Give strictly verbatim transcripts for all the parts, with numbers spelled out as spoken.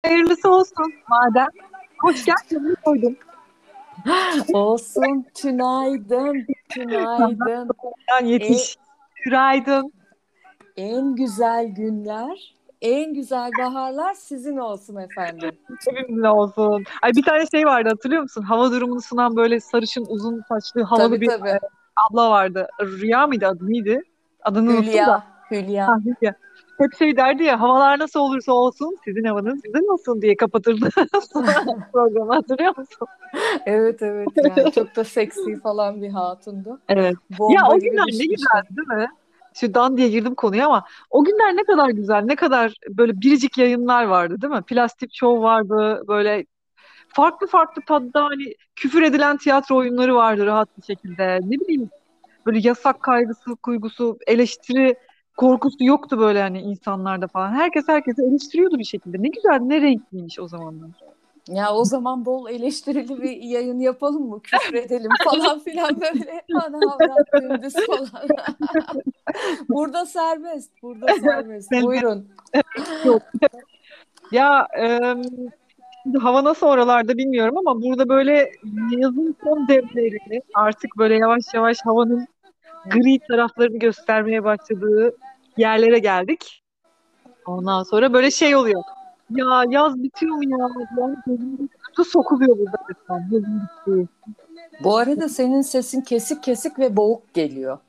Hayırlısı olsun madem. Hoş geldin koydum. Olsun. Tünaydın. Tünaydın. Senden E, yetiş. Günaydın. en güzel günler, en güzel baharlar sizin olsun efendim. Sevinle olsun. Ay bir tane şey vardı hatırlıyor musun? Hava durumunu sunan böyle sarışın uzun saçlı havalı Tabii bir tabii. abla vardı. Rüya mıydı adı neydi? Adını unuttum da. Hülya, Ha, Hülya. Hülya. Hep şey derdi ya havalar nasıl olursa olsun sizin havanız güzel olsun diye kapatırdı programı hatırlıyor musun? Evet evet ya. Çok da seksi falan bir hatundu. Evet. Ya Bomba o gibi günler ne düşmüştü. güzeldi değil mi? Şu Dan diye girdim konuya ama o günler ne kadar güzel, ne kadar böyle biricik yayınlar vardı değil mi? Plastik Show vardı, böyle farklı farklı tadda hani küfür edilen tiyatro oyunları vardı rahat bir şekilde. Ne bileyim böyle yasak kaygısı, kuygusu, eleştiri korkusu yoktu böyle hani insanlarda falan. Herkes herkesi eleştiriyordu bir şekilde. Ne güzel, ne renkliymiş o zamanlar. Ya o zaman bol eleştirili bir yayın yapalım mı? Küfredelim falan filan böyle. Ana avrat gündüz falan. Burada serbest. Burada serbest. Elbette Buyurun. yok. Ya şimdi hava nasıl oralarda bilmiyorum ama burada böyle yazın son devreleri artık böyle yavaş yavaş havanın gri taraflarını göstermeye başladığı yerlere geldik. Ondan sonra böyle şey oluyor. Ya yaz bitiyor mu ya? Yani gözümün kutu sokuluyor burada resmen. Yazın bitti. Bu arada senin sesin kesik kesik ve boğuk geliyor.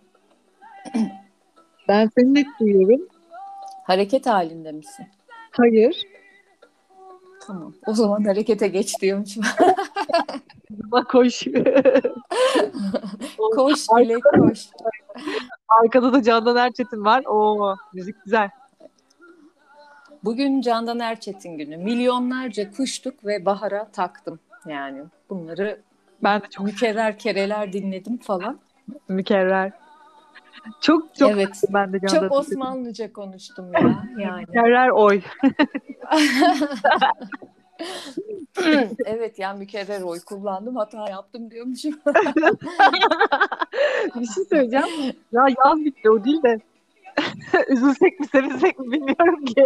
Ben seni net duyuyorum. Hareket halinde misin? Hayır. Tamam. O zaman harekete geç diyormuşum. Bak koş. Koş Ar- Dilek koş. Arkada da Candan Erçetin var. Oo, müzik güzel. Bugün Candan Erçetin günü. Milyonlarca kuştuk ve bahara taktım. Yani bunları Ben de çok mükerrer kereler dinledim falan. mükerrer. Çok çok Evet. ben de Candan Çok Erçetin. Osmanlıca konuştum ya yani. Mükerrer oy. Evet ya mükerrer oy kullandım hata yaptım diyormuşum. Bir şey söyleyeceğim. Ya yaz bitti o değil de üzülsek mi sevinsek mi bilmiyorum ki.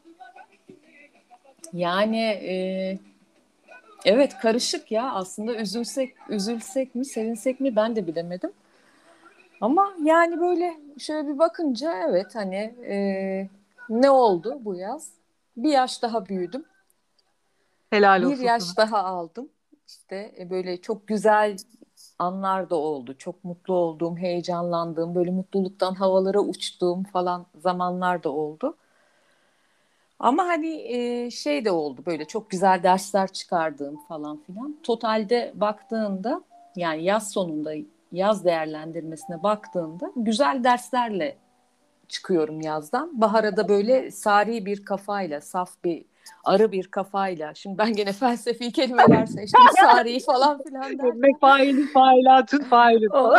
Yani e, evet karışık ya aslında üzülsek üzülsek mi sevinsek mi ben de bilemedim. Ama yani böyle şöyle bir bakınca evet hani e, ne oldu bu yaz? Bir yaş daha büyüdüm. Helal Bir olsun sana. yaş daha aldım. İşte e, böyle çok güzel anlar da oldu. Çok mutlu olduğum, heyecanlandığım, böyle mutluluktan havalara uçtuğum falan zamanlar da oldu. Ama hani e, şey de oldu böyle çok güzel dersler çıkardığım falan filan. Totalde baktığında yani yaz sonunda yaz değerlendirmesine baktığında güzel derslerle çıkıyorum yazdan. Bahar'a da böyle sari bir kafayla, saf bir arı bir kafayla. Şimdi ben gene felsefi kelimeler seçtim. Sari falan filan derken. Mefaili failatün failün O falan.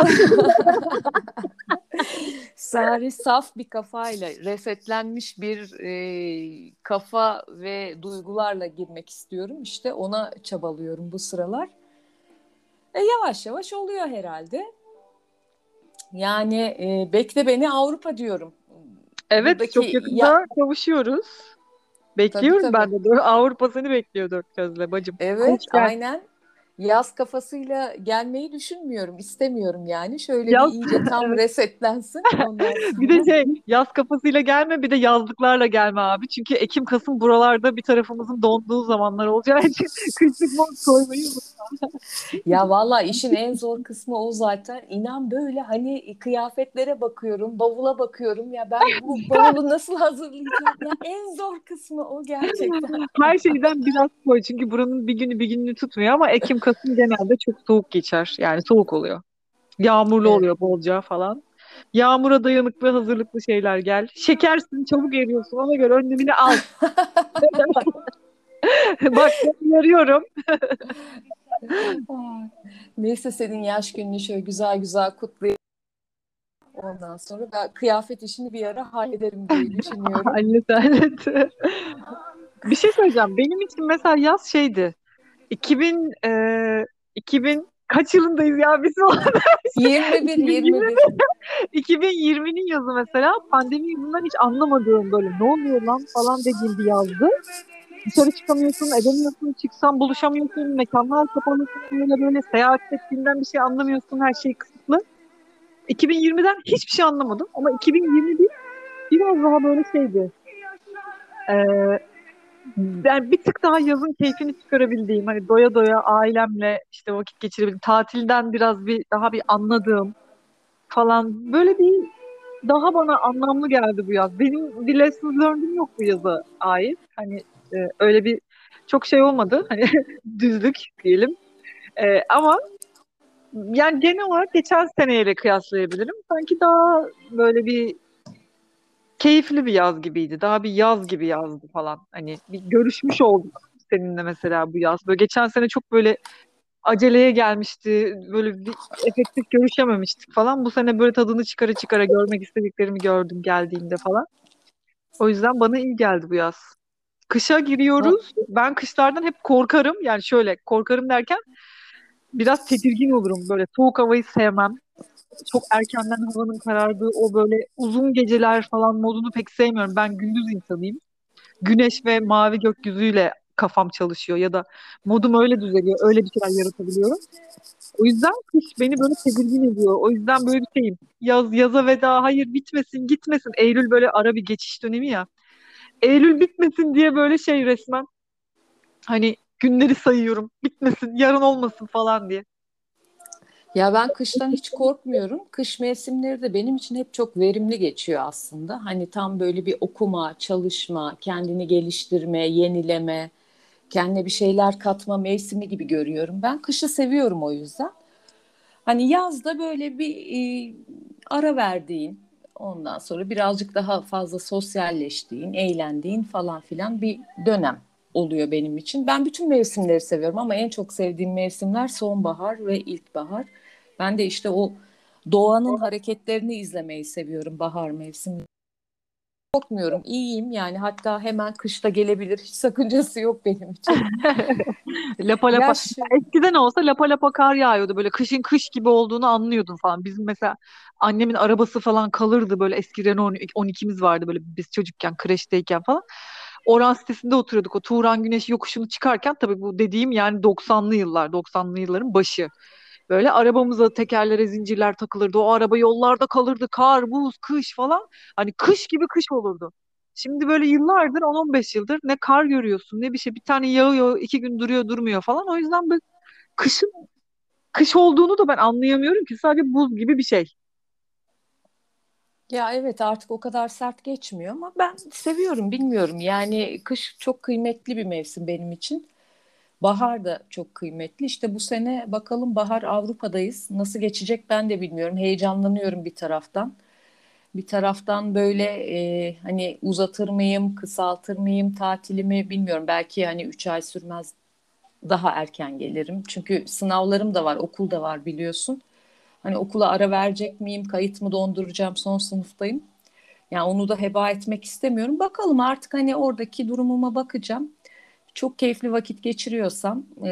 sari saf bir kafayla, resetlenmiş bir e, kafa ve duygularla girmek istiyorum. İşte ona çabalıyorum bu sıralar. E, yavaş yavaş oluyor herhalde. Yani e, bekle beni Avrupa diyorum. Evet çok Buradaki ya yakında kavuşuyoruz. tabii Bekliyorum tabii. ben de. Doğru. Avrupa seni bekliyor dört gözle bacım. Koş Evet, gel. aynen. Yaz kafasıyla gelmeyi düşünmüyorum, istemiyorum yani. Şöyle bir Yaz. iyice tam Evet. resetlensin ondan Bir de sonra. şey yaz kafasıyla gelme bir de yazlıklarla gelme abi. Çünkü Ekim Kasım buralarda bir tarafımızın donduğu zamanlar olacağı için kışlık mont koymayı unutma. Ya valla işin en zor kısmı o zaten. İnan böyle hani kıyafetlere bakıyorum, bavula bakıyorum. Ya ben bu bavulu nasıl hazırlayacağım? Ya en zor kısmı o gerçekten. Her şeyden biraz koy. Çünkü buranın bir günü bir gününü tutmuyor ama Ekim Kasım genelde çok soğuk geçer. Yani soğuk oluyor. Yağmurlu Evet. oluyor bolca falan. Yağmura dayanıklı hazırlıklı şeyler gel. Şekersin çabuk eriyorsun ona göre önlemini al. Bak ben uyarıyorum. Ay. Neyse senin yaş gününü şöyle güzel güzel kutlayalım. Ondan sonra ben kıyafet işini bir ara hallederim diye düşünüyorum. Hallet hallet. Bir şey söyleyeceğim. Benim için mesela yaz şeydi. iki bin e, iki bin kaç yılındayız ya biz o yirmi bir yirmi iki bin yirmi bir. iki bin yirminin yazı mesela pandemi yüzünden hiç anlamadığım böyle ne oluyor lan falan dediğim bir yazdı. Dışarı çıkamıyorsun, edemiyorsun, çıksan buluşamıyorsun, mekanlar kapalı, böyle böyle seyahat ettiğinden bir şey anlamıyorsun, her şey kısıtlı. iki bin yirmiden hiçbir şey anlamadım ama iki bin yirmi bir biraz daha böyle şeydi. Ee, Ben bir tık daha yazın keyfini çıkarabildiğim, hani doya doya ailemle işte vakit geçirebildiğim, tatilden biraz bir daha bir anladığım falan, böyle bir daha bana anlamlı geldi bu yaz. Benim bir lessons learned'im yok bu yaza ait. Hani e, öyle bir çok şey olmadı. Hani düzlük diyelim. E, ama yani genel olarak geçen seneyle kıyaslayabilirim. Sanki daha böyle bir keyifli bir yaz gibiydi. Daha bir yaz gibi yazdı falan. Hani bir görüşmüş olduk seninle mesela bu yaz. Böyle geçen sene çok böyle aceleye gelmişti. Böyle bir efektif görüşememiştik falan. Bu sene böyle tadını çıkara çıkara görmek istediklerimi gördüm geldiğimde falan. O yüzden bana iyi geldi bu yaz. Kışa Va- giriyoruz. Ben kışlardan hep korkarım. Yani şöyle korkarım derken biraz tedirgin olurum. Böyle soğuk havayı sevmem. Çok erkenden havanın karardığı o böyle uzun geceler falan modunu pek sevmiyorum. Ben gündüz insanıyım. Güneş ve mavi gökyüzüyle kafam çalışıyor ya da modum öyle düzeliyor. Öyle bir şeyler yaratabiliyorum. O yüzden kış beni böyle tedirgin ediyor. O yüzden böyle bir şeyim. Yaz, yaza veda, hayır bitmesin, gitmesin. Eylül böyle ara bir geçiş dönemi ya. Eylül bitmesin diye böyle şey resmen. Hani günleri sayıyorum. Bitmesin, yarın olmasın falan diye. Ya ben kıştan hiç korkmuyorum. Kış mevsimleri de benim için hep çok verimli geçiyor aslında. Hani tam böyle bir okuma, çalışma, kendini geliştirme, yenileme, kendine bir şeyler katma mevsimi gibi görüyorum. Ben kışı seviyorum o yüzden. Hani yazda böyle bir e, ara verdiğin, ondan sonra birazcık daha fazla sosyalleştiğin, eğlendiğin falan filan bir dönem oluyor benim için. Ben bütün mevsimleri seviyorum ama en çok sevdiğim mevsimler sonbahar ve ilkbahar. Ben de işte o doğanın hareketlerini izlemeyi seviyorum bahar mevsimi. Korkmuyorum, iyiyim yani, hatta hemen kışta gelebilir. Hiç sakıncası yok benim için. Lapa lapa. Yaş. Eskiden olsa lapa lapa kar yağıyordu. Böyle kışın kış gibi olduğunu anlıyordun falan. Bizim mesela annemin arabası falan kalırdı. Böyle eski Renault on ikimiz vardı böyle biz çocukken, kreşteyken falan. Oran sitesinde oturuyorduk. O Turan Güneş yokuşunu çıkarken, tabii bu dediğim yani doksanlı yıllar, doksanlı yılların başı. Böyle arabamıza tekerlere zincirler takılırdı. O araba yollarda kalırdı. Kar, buz, kış falan. Hani kış gibi kış olurdu. Şimdi böyle yıllardır, on on beş yıldır ne kar görüyorsun ne bir şey. Bir tane yağıyor, iki gün duruyor durmuyor falan. O yüzden böyle kışın kış olduğunu da ben anlayamıyorum ki. Sadece buz gibi bir şey. Ya evet, artık o kadar sert geçmiyor ama ben seviyorum, bilmiyorum. Yani kış çok kıymetli bir mevsim benim için. Bahar da çok kıymetli. İşte bu sene bakalım, bahar Avrupa'dayız. Nasıl geçecek ben de bilmiyorum. Heyecanlanıyorum bir taraftan. Bir taraftan böyle e, hani uzatır mıyım, kısaltır mıyım tatilimi bilmiyorum. Belki hani üç ay sürmez, daha erken gelirim. Çünkü sınavlarım da var, okul da var biliyorsun. Hani okula ara verecek miyim, kayıt mı donduracağım, son sınıftayım. Yani onu da heba etmek istemiyorum. Bakalım artık, hani oradaki durumuma bakacağım. Çok keyifli vakit geçiriyorsam e,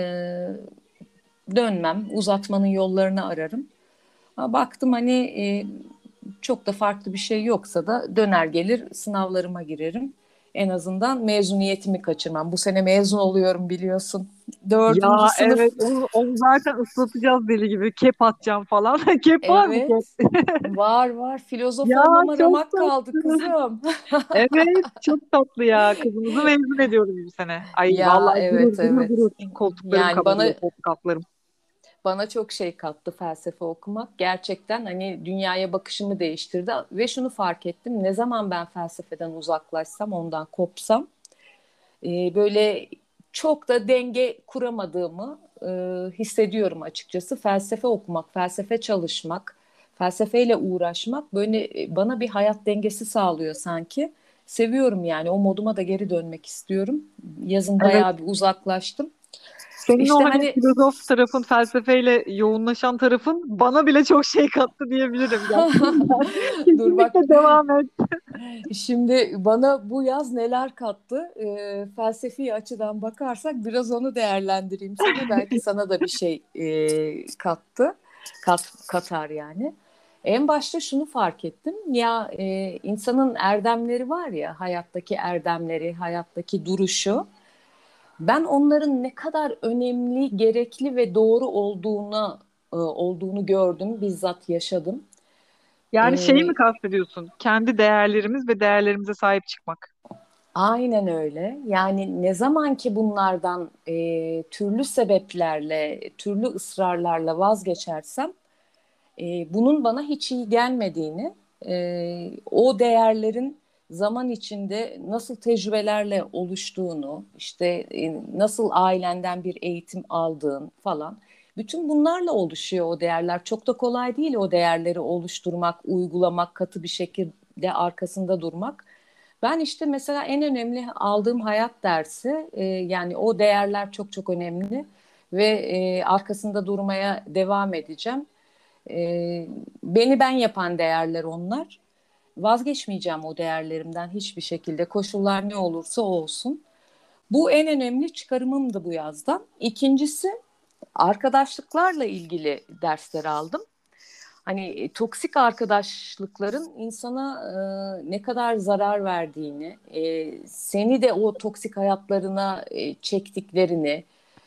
dönmem, uzatmanın yollarını ararım. Ha, baktım hani e, çok da farklı bir şey yoksa da döner gelir sınavlarıma girerim. En azından mezuniyetimi kaçırmam. Bu sene mezun oluyorum biliyorsun. Ya Dördüncü sınıf. evet, onu, onu zaten ıslatacağız deli gibi. Kep atacağım falan. Kep var mı kep? Evet. Var var. Filozof Ya olmama çok ramak kaldı tatlı. kızım. Evet, çok tatlı ya. Kızımızı mezun ediyoruz bu sene. Ay Ya vallahi gurur evet gurur evet. gurur. Koltuklarım Yani bana kabarıyor, koltuk altlarım. bana çok şey kattı felsefe okumak. Gerçekten hani dünyaya bakışımı değiştirdi ve şunu fark ettim. Ne zaman ben felsefeden uzaklaşsam, ondan kopsam, e, böyle çok da denge kuramadığımı e, hissediyorum açıkçası. Felsefe okumak, felsefe çalışmak, felsefeyle uğraşmak böyle e, bana bir hayat dengesi sağlıyor sanki. Seviyorum yani, o moduma da geri dönmek istiyorum. Yazın Evet. bayağı bir uzaklaştım. Senin o İşte hani hani filozof tarafın, felsefeyle yoğunlaşan tarafın bana bile çok şey kattı diyebilirim. Gerçekten. dur bak, Kesinlikle devam et. şimdi bana bu yaz neler kattı? Ee, felsefi açıdan bakarsak biraz onu değerlendireyim sana. Belki sana da bir şey e, kattı. Kat, katar yani. En başta şunu fark ettim. Ya e, insanın erdemleri var ya, hayattaki erdemleri, hayattaki duruşu. Ben onların ne kadar önemli, gerekli ve doğru olduğunu e, olduğunu gördüm, bizzat yaşadım. Yani şeyi mi E, kastediyorsun? Kendi değerlerimiz ve değerlerimize sahip çıkmak. aynen öyle. Yani ne zaman ki bunlardan e, türlü sebeplerle, türlü ısrarlarla vazgeçersem, e, bunun bana hiç iyi gelmediğini, e, o değerlerin zaman içinde nasıl tecrübelerle oluştuğunu, işte e, nasıl ailenden bir eğitim aldığın falan, bütün bunlarla oluşuyor o değerler. Çok da kolay değil o değerleri oluşturmak, uygulamak, katı bir şekilde arkasında durmak. Ben işte mesela en önemli aldığım hayat dersi, e, yani o değerler çok çok önemli ve e, arkasında durmaya devam edeceğim. Ee, Beni ben yapan değerler onlar. Vazgeçmeyeceğim o değerlerimden hiçbir şekilde. Koşullar ne olursa olsun. Bu en önemli çıkarımımdı bu yazdan. İkincisi, arkadaşlıklarla ilgili dersler aldım. Hani e, toksik arkadaşlıkların insana e, ne kadar zarar verdiğini, e, seni de o toksik hayatlarına e, çektiklerini,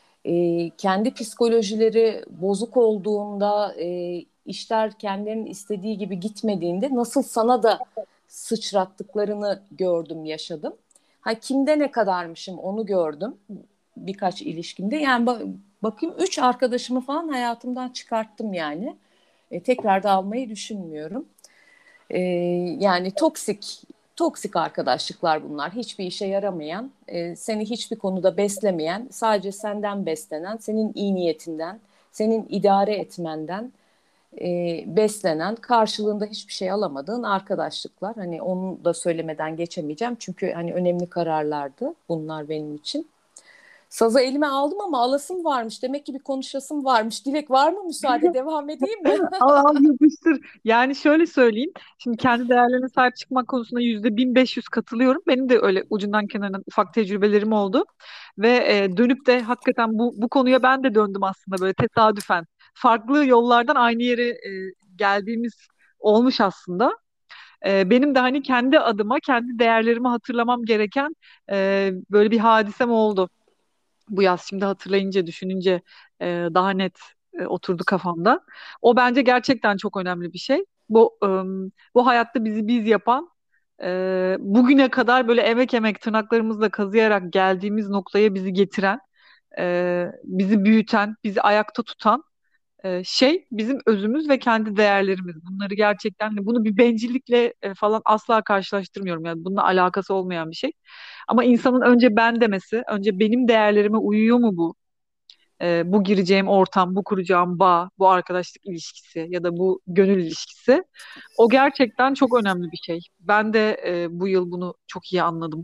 e, kendi psikolojileri bozuk olduğunda, e, işler kendilerinin istediği gibi gitmediğinde nasıl sana da sıçrattıklarını gördüm, yaşadım. Ha, kimde ne kadarmışım onu gördüm birkaç ilişkimde. Yani ba- bakayım, üç arkadaşımı falan hayatımdan çıkarttım yani. E, tekrar da almayı düşünmüyorum. Ee, Yani toksik toksik arkadaşlıklar bunlar. Hiçbir işe yaramayan, e, seni hiçbir konuda beslemeyen, sadece senden beslenen, senin iyi niyetinden, senin idare etmenden e, beslenen, karşılığında hiçbir şey alamadığın arkadaşlıklar. Hani onu da söylemeden geçemeyeceğim. Çünkü hani önemli kararlardı bunlar benim için. Sazı elime aldım ama alasım varmış. Demek ki bir konuşasım varmış. Dilek, var mı müsaade? Devam edeyim mi? Al al yapıştır. Yani şöyle söyleyeyim. Şimdi kendi değerlerine sahip çıkmak konusunda yüzde bin beş yüz katılıyorum. Benim de öyle ucundan kenarından ufak tecrübelerim oldu. Ve e, dönüp de hakikaten bu, bu konuya ben de döndüm aslında böyle tesadüfen. Farklı yollardan aynı yere e, geldiğimiz olmuş aslında. E, benim de hani kendi adıma, kendi değerlerimi hatırlamam gereken e, böyle bir hadisem oldu bu yaz. Şimdi hatırlayınca, düşününce e, daha net e, oturdu kafamda. O bence gerçekten çok önemli bir şey. Bu e, bu hayatta bizi biz yapan, e, bugüne kadar böyle emek emek tırnaklarımızla kazıyarak geldiğimiz noktaya bizi getiren, e, bizi büyüten, bizi ayakta tutan e, şey bizim özümüz ve kendi değerlerimiz. Bunları gerçekten hani bunu bir bencillikle e, falan asla karşılaştırmıyorum. Yani bununla alakası olmayan bir şey. Ama insanın önce ben demesi, önce benim değerlerime uyuyor mu bu? E, bu gireceğim ortam, bu kuracağım bağ, bu arkadaşlık ilişkisi ya da bu gönül ilişkisi. O gerçekten çok önemli bir şey. Ben de e, bu yıl bunu çok iyi anladım.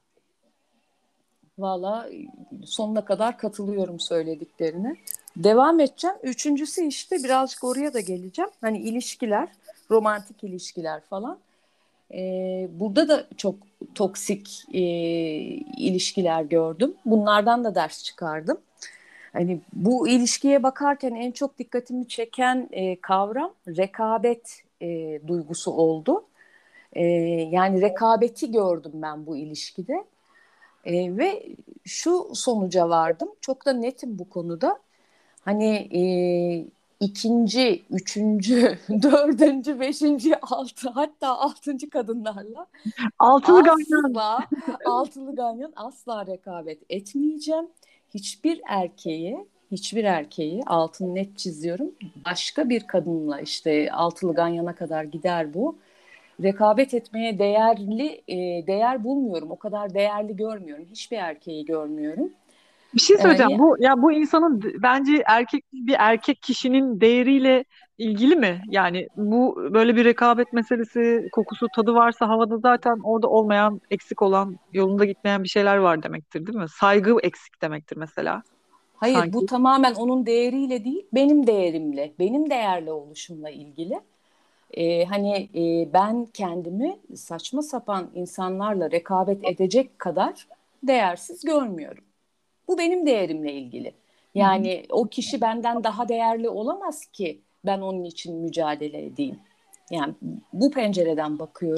Valla sonuna kadar katılıyorum söylediklerine. Devam edeceğim. Üçüncüsü işte birazcık oraya da geleceğim. Hani ilişkiler, romantik ilişkiler falan. Ee, burada da çok toksik e, ilişkiler gördüm. Bunlardan da ders çıkardım. Hani bu ilişkiye bakarken en çok dikkatimi çeken e, kavram rekabet e, duygusu oldu. E, Yani rekabeti gördüm ben bu ilişkide. E, ve şu sonuca vardım. Çok da netim bu konuda. Hani e, ikinci, üçüncü, dördüncü, beşinci, altı, hatta altıncı kadınlarla Altılı ganyan. asla, altılı ganyan, asla rekabet etmeyeceğim. Hiçbir erkeği, hiçbir erkeği, altını net çiziyorum, başka bir kadınla, işte altılı ganyana kadar gider bu. Rekabet etmeye değerli, e, değer bulmuyorum. O kadar değerli görmüyorum. Hiçbir erkeği görmüyorum. Bir şey söyleyeceğim. Yani Bu ya bu insanın d- bence erkek bir erkek kişinin değeriyle ilgili mi? Yani bu böyle bir rekabet meselesi, kokusu, tadı varsa havada zaten orada olmayan, eksik olan, yolunda gitmeyen bir şeyler var demektir, değil mi? Saygı eksik demektir mesela hayır, bu sanki. tamamen onun değeriyle değil, benim değerimle, benim değerli oluşumla ilgili. Ee, hani e, ben kendimi saçma sapan insanlarla rekabet edecek kadar değersiz görmüyorum. Bu benim değerimle ilgili. Hı hı. Yani o kişi benden daha değerli olamaz ki ben onun için mücadele edeyim. Yani bu pencereden bakıyorum.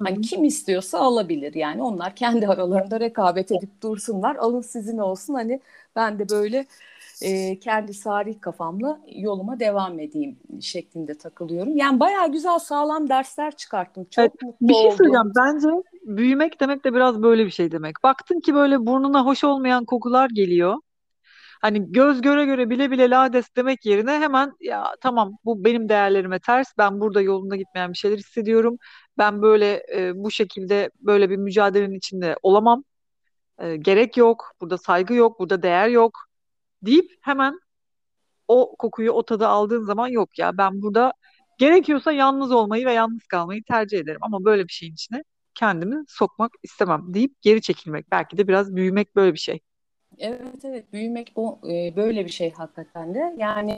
Hı Hani hı. kim istiyorsa alabilir yani, onlar kendi aralarında rekabet edip dursunlar, alın sizin olsun, hani ben de böyle e, kendi sarih kafamla yoluma devam edeyim şeklinde takılıyorum. Yani bayağı güzel sağlam dersler çıkarttım, Evet, çok bir mutlu şey oldum. söyleyeceğim. Bence büyümek demek de biraz böyle bir şey demek. Baktın ki böyle burnuna hoş olmayan kokular geliyor. Hani göz göre göre bile bile lades demek yerine hemen ya tamam bu benim değerlerime ters. Ben burada yolunda gitmeyen bir şeyler hissediyorum. Ben böyle e, bu şekilde böyle bir mücadelenin içinde olamam. E, gerek yok. Burada saygı yok. Burada değer yok deyip hemen o kokuyu, o tadı aldığın zaman yok ya ben burada gerekiyorsa yalnız olmayı ve yalnız kalmayı tercih ederim ama böyle bir şeyin içine kendimi sokmak istemem deyip geri çekilmek. Belki de biraz büyümek böyle bir şey. Evet, evet, büyümek bu e, böyle bir şey hakikaten de. Yani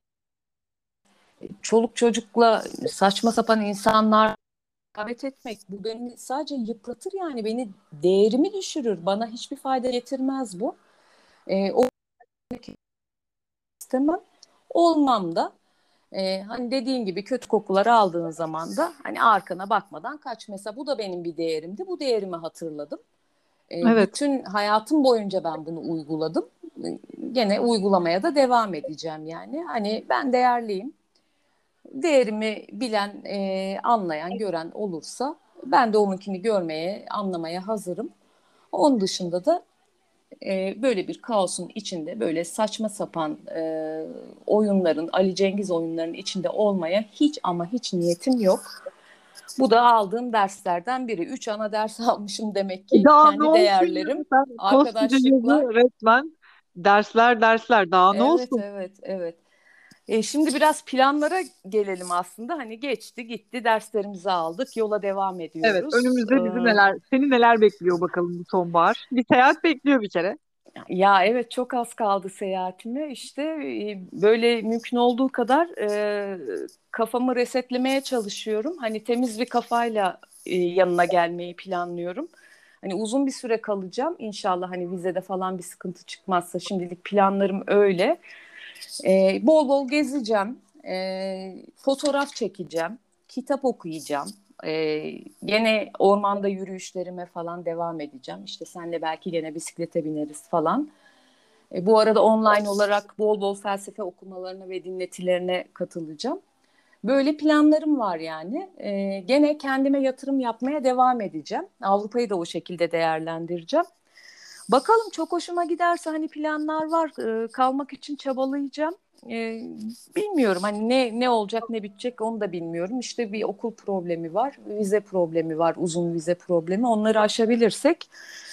çoluk çocukla saçma sapan insanlar rekabet etmek, bu beni sadece yıpratır, yani beni, değerimi düşürür. Bana hiçbir fayda getirmez bu. E, o istemem. Olmam da. E, hani dediğin gibi kötü kokuları aldığın zaman da hani arkana bakmadan kaç. Mesela bu da benim bir değerimdi. Bu değerimi hatırladım. E, Evet. bütün hayatım boyunca ben bunu uyguladım. E, gene uygulamaya da devam edeceğim yani. Hani ben değerliyim. Değerimi bilen, e, anlayan, gören olursa ben de onunkini görmeye, anlamaya hazırım. Onun dışında da e, böyle bir kaosun içinde, böyle saçma sapan e, oyunların, Ali Cengiz oyunlarının içinde olmaya hiç ama hiç niyetim yok. Bu da aldığım derslerden biri. Üç ana ders almışım demek ki. Daha ne Kendi olsun ya? değerlerim, Sen koskoca arkadaşlıklar. yazı resmen dersler dersler daha ne Evet, olsun? evet, evet. E, şimdi biraz planlara gelelim aslında. Hani geçti gitti, derslerimizi aldık, yola devam Evet, ediyoruz. önümüzde bizi neler, seni neler bekliyor bakalım bu sonbahar. Bir seyahat bekliyor bir kere. Ee, ya evet, çok az kaldı seyahatime. İşte e, böyle mümkün olduğu kadar e, kafamı resetlemeye çalışıyorum. Hani temiz bir kafayla e, yanına gelmeyi planlıyorum. Hani uzun bir süre kalacağım. İnşallah hani vizede falan bir sıkıntı çıkmazsa, şimdilik planlarım öyle. Ee, bol bol gezeceğim, ee, fotoğraf çekeceğim, kitap okuyacağım. Ee, gene ormanda yürüyüşlerime falan devam edeceğim. İşte senle belki gene bisiklete bineriz falan. E, bu arada online olarak bol bol felsefe okumalarına ve dinletilerine katılacağım. Böyle planlarım var yani. E, gene kendime yatırım yapmaya devam edeceğim. Avrupa'yı da o şekilde değerlendireceğim. Bakalım, çok hoşuma giderse hani planlar var. E, kalmak için çabalayacağım. E, bilmiyorum hani ne ne olacak ne bitecek onu da bilmiyorum. İşte bir okul problemi var, vize problemi var, uzun vize problemi. Onları aşabilirsek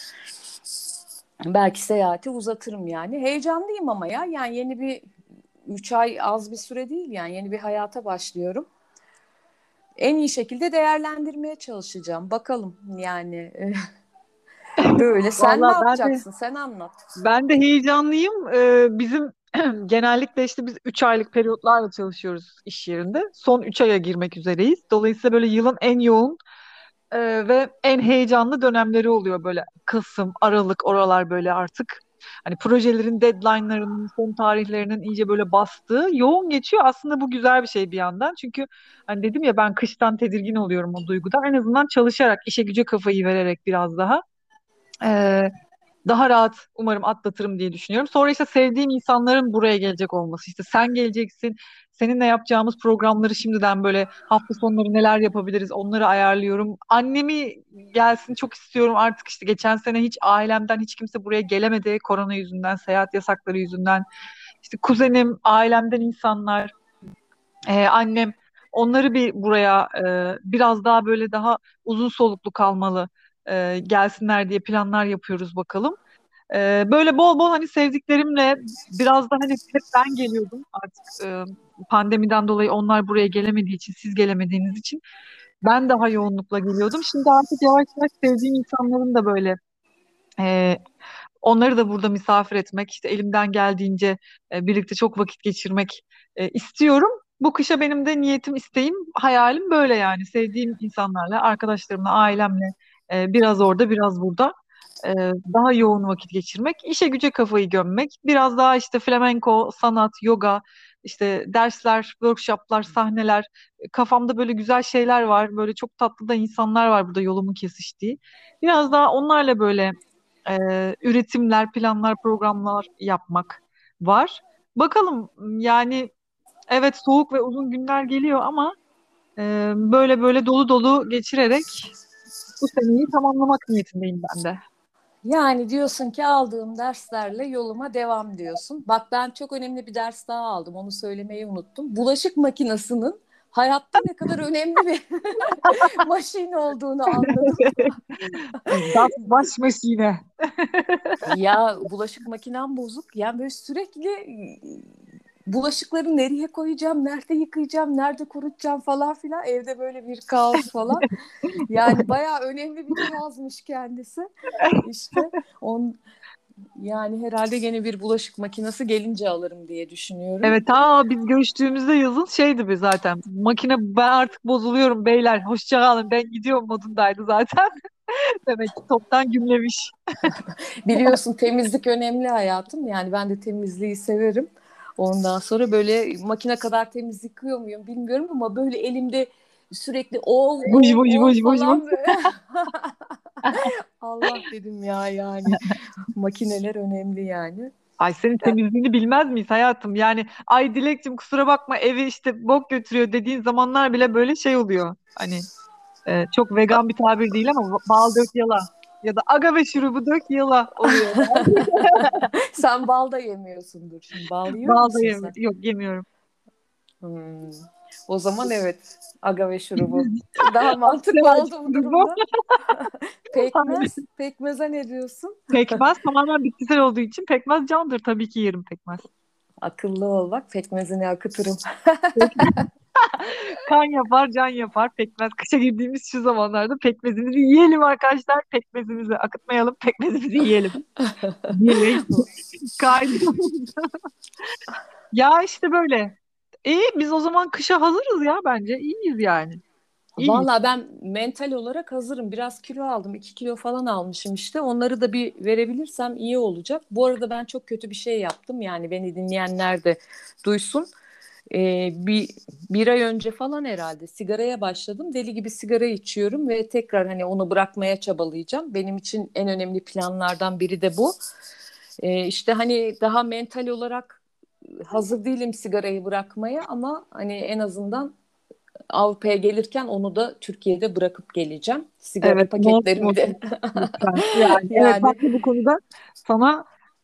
belki seyahati uzatırım yani. Heyecanlıyım ama ya, yani yeni bir, üç ay az bir süre değil yani, yeni bir hayata başlıyorum. En iyi şekilde değerlendirmeye çalışacağım. Bakalım yani. Böyle sen ne Vallahi ben de yapacaksın? Sen anlat. ben de heyecanlıyım. Ee, bizim genellikle işte biz üç aylık periyotlarla çalışıyoruz iş yerinde. Son üç aya girmek üzereyiz. Dolayısıyla böyle yılın en yoğun e, ve en heyecanlı dönemleri oluyor böyle Kasım, Aralık oralar böyle artık. Hani projelerin deadline'larının, son tarihlerinin iyice böyle bastığı yoğun geçiyor. Aslında bu güzel bir şey bir yandan. Çünkü hani dedim ya ben kıştan tedirgin oluyorum o duygudan. En azından çalışarak, işe güce kafayı vererek biraz daha. e, Daha rahat umarım atlatırım diye düşünüyorum. Sonra işte sevdiğim insanların buraya gelecek olması. İşte sen geleceksin. Seninle yapacağımız programları şimdiden böyle hafta sonları neler yapabiliriz onları ayarlıyorum. Annemi gelsin çok istiyorum artık işte geçen sene hiç ailemden hiç kimse buraya gelemedi. Korona yüzünden, seyahat yasakları yüzünden. İşte kuzenim, ailemden insanlar, e, annem onları bir buraya e, biraz daha böyle daha uzun soluklu kalmalı e, gelsinler diye planlar yapıyoruz bakalım. Ee, böyle bol bol hani sevdiklerimle biraz da hani hep ben geliyordum artık e, pandemiden dolayı onlar buraya gelemediği için siz gelemediğiniz için ben daha yoğunlukla geliyordum. Şimdi artık yavaş yavaş sevdiğim insanların da böyle e, onları da burada misafir etmek işte elimden geldiğince e, birlikte çok vakit geçirmek e, istiyorum. Bu kışa benim de niyetim, isteğim, hayalim böyle yani sevdiğim insanlarla, arkadaşlarımla, ailemle e, biraz orada biraz burada e, daha yoğun vakit geçirmek, işe güce kafayı gömmek, biraz daha işte flamenko, sanat, yoga, işte dersler, workshoplar, sahneler, kafamda böyle güzel şeyler var. Böyle çok tatlı da insanlar var burada yolumun kesiştiği. Biraz daha onlarla böyle e, üretimler, planlar, programlar yapmak var. Bakalım yani evet soğuk ve uzun günler geliyor ama e, böyle böyle dolu dolu geçirerek bu seneyi tamamlamak niyetindeyim ben de. Yani diyorsun ki aldığım derslerle yoluma devam diyorsun. Bak ben çok önemli bir ders daha aldım. Onu söylemeyi unuttum. Bulaşık makinesinin hayatta ne kadar önemli bir maşin olduğunu anladım. Das Waschmaschine. Ya bulaşık makinem bozuk. Yani böyle sürekli bulaşıkları nereye koyacağım, nerede yıkayacağım, nerede kurutacağım falan filan. Evde böyle bir kaos falan. Yani bayağı önemli bir cihazmış kendisi. İşte on, yani herhalde gene bir bulaşık makinesi gelince alırım diye düşünüyorum. Evet, ta biz görüştüğümüzde yazın şeydi bir zaten. Makine ben artık bozuluyorum beyler. Hoşça kalın ben gidiyorum modundaydı zaten. Demek ki toptan gümlemiş. Biliyorsun temizlik önemli hayatım. Yani ben de temizliği severim. Ondan sonra böyle makine kadar temiz yıkıyor muyum bilmiyorum ama böyle elimde sürekli ov Vuş ov vuş ov vuş vuş vuş. falan böyle. Allah dedim ya yani makineler önemli yani. Ay senin temizliğini bilmez miyiz hayatım? Yani ay Dilekçim kusura bakma evi işte bok götürüyor dediğin zamanlar bile böyle şey oluyor. Hani e, çok vegan bir tabir değil ama bal dök yala. Ya da agave şurubu dök yala oluyor. Sen bal da yemiyorsundur şimdi. Bal yiyor Bal da musun yemiyorum. sen? Yok yemiyorum. Hmm. O zaman evet. Agave şurubu daha mantıklı Aslen oldu bu şurubu. durumda. Pekmez. Pekmeze ne diyorsun? Pekmez tamamen bitkisel olduğu için pekmez candır. Tabii ki yerim pekmez. Akıllı ol bak. Pekmezini akıtırım. Kan yapar, can yapar. Pekmez. Kışa girdiğimiz şu zamanlarda pekmezimizi yiyelim arkadaşlar. Pekmezimizi akıtmayalım, pekmezimizi yiyelim. Diyerek kaydı. Ya işte böyle. İyi biz o zaman kışa hazırız ya bence. İyiyiz yani. İyiyiz. Valla ben mental olarak hazırım. Biraz kilo aldım. iki kilo falan almışım işte. Onları da bir verebilirsem iyi olacak. Bu arada ben çok kötü bir şey yaptım. Yani beni dinleyenler de duysun. Ee, bir, bir ay önce falan herhalde sigaraya başladım. Deli gibi sigara içiyorum ve tekrar hani onu bırakmaya çabalayacağım. Benim için en önemli planlardan biri de bu. Ee, işte hani daha mental olarak hazır değilim sigarayı bırakmaya ama hani en azından Avrupa'ya gelirken onu da Türkiye'de bırakıp geleceğim. Sigara Evet, not paketlerimi not de. lütfen. Yani evet Yani ben de bu konuda sana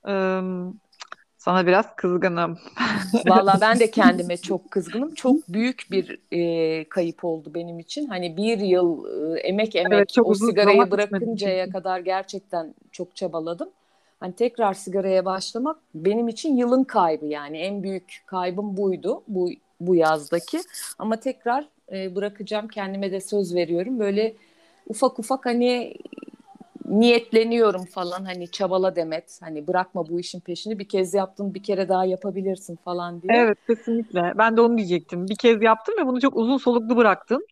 ım, sana biraz kızgınım. valla ben de kendime çok kızgınım. Çok büyük bir e, kayıp oldu benim için. Hani bir yıl e, emek Evet emek çok o uzun zaman sigarayı içmedim bırakıncaya çünkü. kadar gerçekten çok çabaladım. Hani tekrar sigaraya başlamak benim için yılın kaybı yani en büyük kaybım buydu bu bu yazdaki. Ama tekrar e, bırakacağım kendime de söz veriyorum. Böyle ufak ufak hani niyetleniyorum falan hani çabala Demet hani bırakma bu işin peşini bir kez yaptın bir kere daha yapabilirsin falan diye. Evet kesinlikle. Ben de onu diyecektim. Bir kez yaptım ve bunu çok uzun soluklu bıraktın.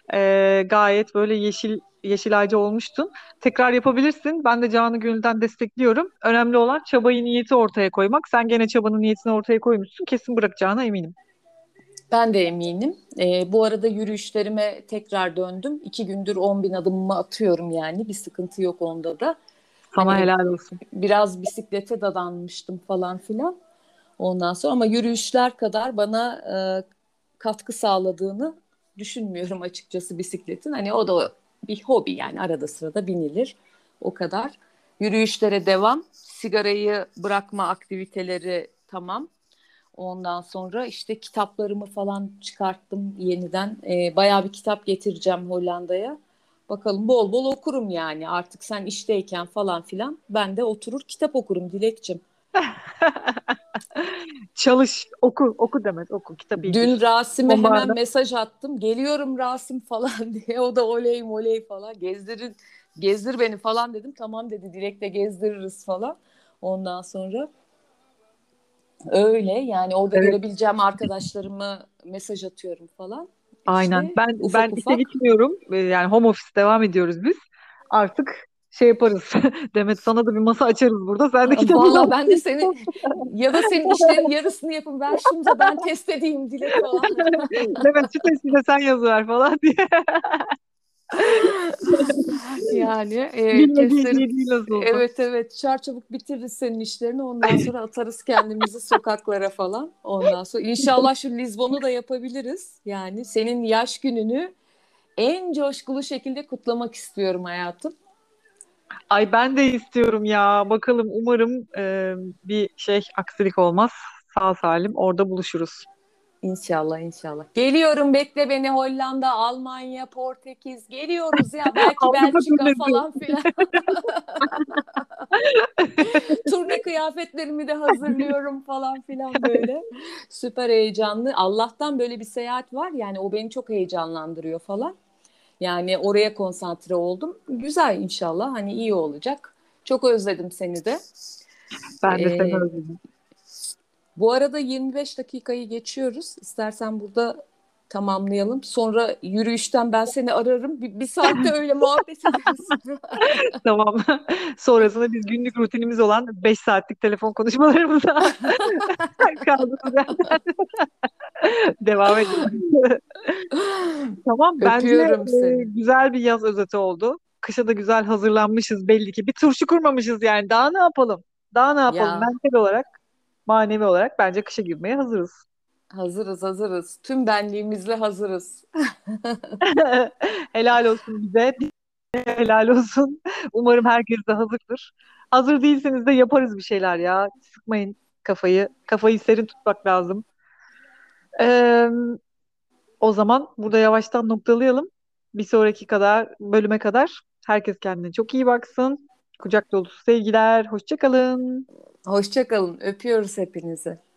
Ee, gayet böyle yeşil yeşil ağacı olmuştun. Tekrar yapabilirsin. Ben de canı gönülden destekliyorum. Önemli olan çabayı, niyeti ortaya koymak. Sen gene çabanın niyetini ortaya koymuşsun. Kesin bırakacağına eminim. Ben de eminim. Ee, bu arada yürüyüşlerime tekrar döndüm. İki gündür on bin adımımı atıyorum yani bir sıkıntı yok onda da. Sana Hani helal olsun. biraz bisiklete dadanmıştım falan filan. Ondan sonra ama yürüyüşler kadar bana e, katkı sağladığını düşünmüyorum açıkçası bisikletin. Hani o da bir hobi yani arada sırada binilir. O kadar. Yürüyüşlere devam. Sigarayı bırakma aktiviteleri tamam. Ondan sonra işte kitaplarımı falan çıkarttım yeniden. Ee, bayağı bir kitap getireceğim Hollanda'ya. Bakalım bol bol okurum yani. Artık sen işteyken falan filan ben de oturur kitap okurum Dilekçim. Çalış, oku, oku Demet, oku. Kitap Dün iyidir. Rasim'e hemen Sonbaharda. mesaj attım. Geliyorum Rasim falan diye. O da oley moley falan. Gezdirin, gezdir beni falan dedim. Tamam dedi. Dilek'le gezdiririz falan. Ondan sonra öyle yani orada Evet, görebileceğim arkadaşlarımı mesaj atıyorum falan. aynen. İşte Ben ben ufak işe ufak. gitmiyorum. Ee, Yani home office devam ediyoruz biz. Artık şey yaparız. Demet, sana da bir masa açarız burada. Sen de kitabını Vallahi ben de seni okursun. ya da senin işlerin yarısını yapın, ver şunu da ben test edeyim Dilek falan. Demet, şu testi de sen yazıver falan diye. Yani e, Bilmediği testleri şey değil nasıl olsa. evet evet çarçabuk bitiririz senin işlerini, ondan sonra atarız kendimizi sokaklara falan. Ondan sonra inşallah şu Lizbon'u da yapabiliriz. Yani senin yaş gününü en coşkulu şekilde kutlamak istiyorum hayatım. Ay, ben de istiyorum ya. Bakalım, umarım e, bir şey aksilik olmaz. Sağ salim orada buluşuruz. İnşallah inşallah. Geliyorum, bekle beni, Hollanda, Almanya, Portekiz geliyoruz ya, belki Avrupa Belçika turnesi. falan filan. Turne kıyafetlerimi de hazırlıyorum falan filan böyle. Süper heyecanlı. Allah'tan böyle bir seyahat var yani, o beni çok heyecanlandırıyor falan. Yani oraya konsantre oldum. Güzel, inşallah hani iyi olacak. Çok özledim seni de. Ben de seni Ee, özledim. Bu arada yirmi beş dakikayı geçiyoruz. İstersen burada tamamlayalım. Sonra yürüyüşten ben seni ararım. Bir, bir saatte öyle muhabbet ederiz. Tamam. Sonrasında biz günlük rutinimiz olan beş saatlik telefon konuşmalarımıza kaldığımız yerden devam edelim. Tamam. Bence Öpüyorum e, seni. güzel bir yaz özeti oldu. Kışa da güzel hazırlanmışız belli ki. Bir turşu kurmamışız yani. Daha ne yapalım? Daha ne yapalım? Ya Mental olarak, manevi olarak bence kışa girmeye hazırız. hazırız hazırız. Tüm benliğimizle hazırız. Helal olsun bize. Helal olsun. Umarım herkes de hazırdır. Hazır değilseniz de yaparız bir şeyler ya. Sıkmayın kafayı. Kafayı serin tutmak lazım. Ee, O zaman burada yavaştan noktalayalım. Bir sonraki kadar bölüme kadar herkes kendine çok iyi baksın. Kucak dolusu sevgiler. Hoşça kalın. Hoşça kalın. Öpüyoruz hepinizi.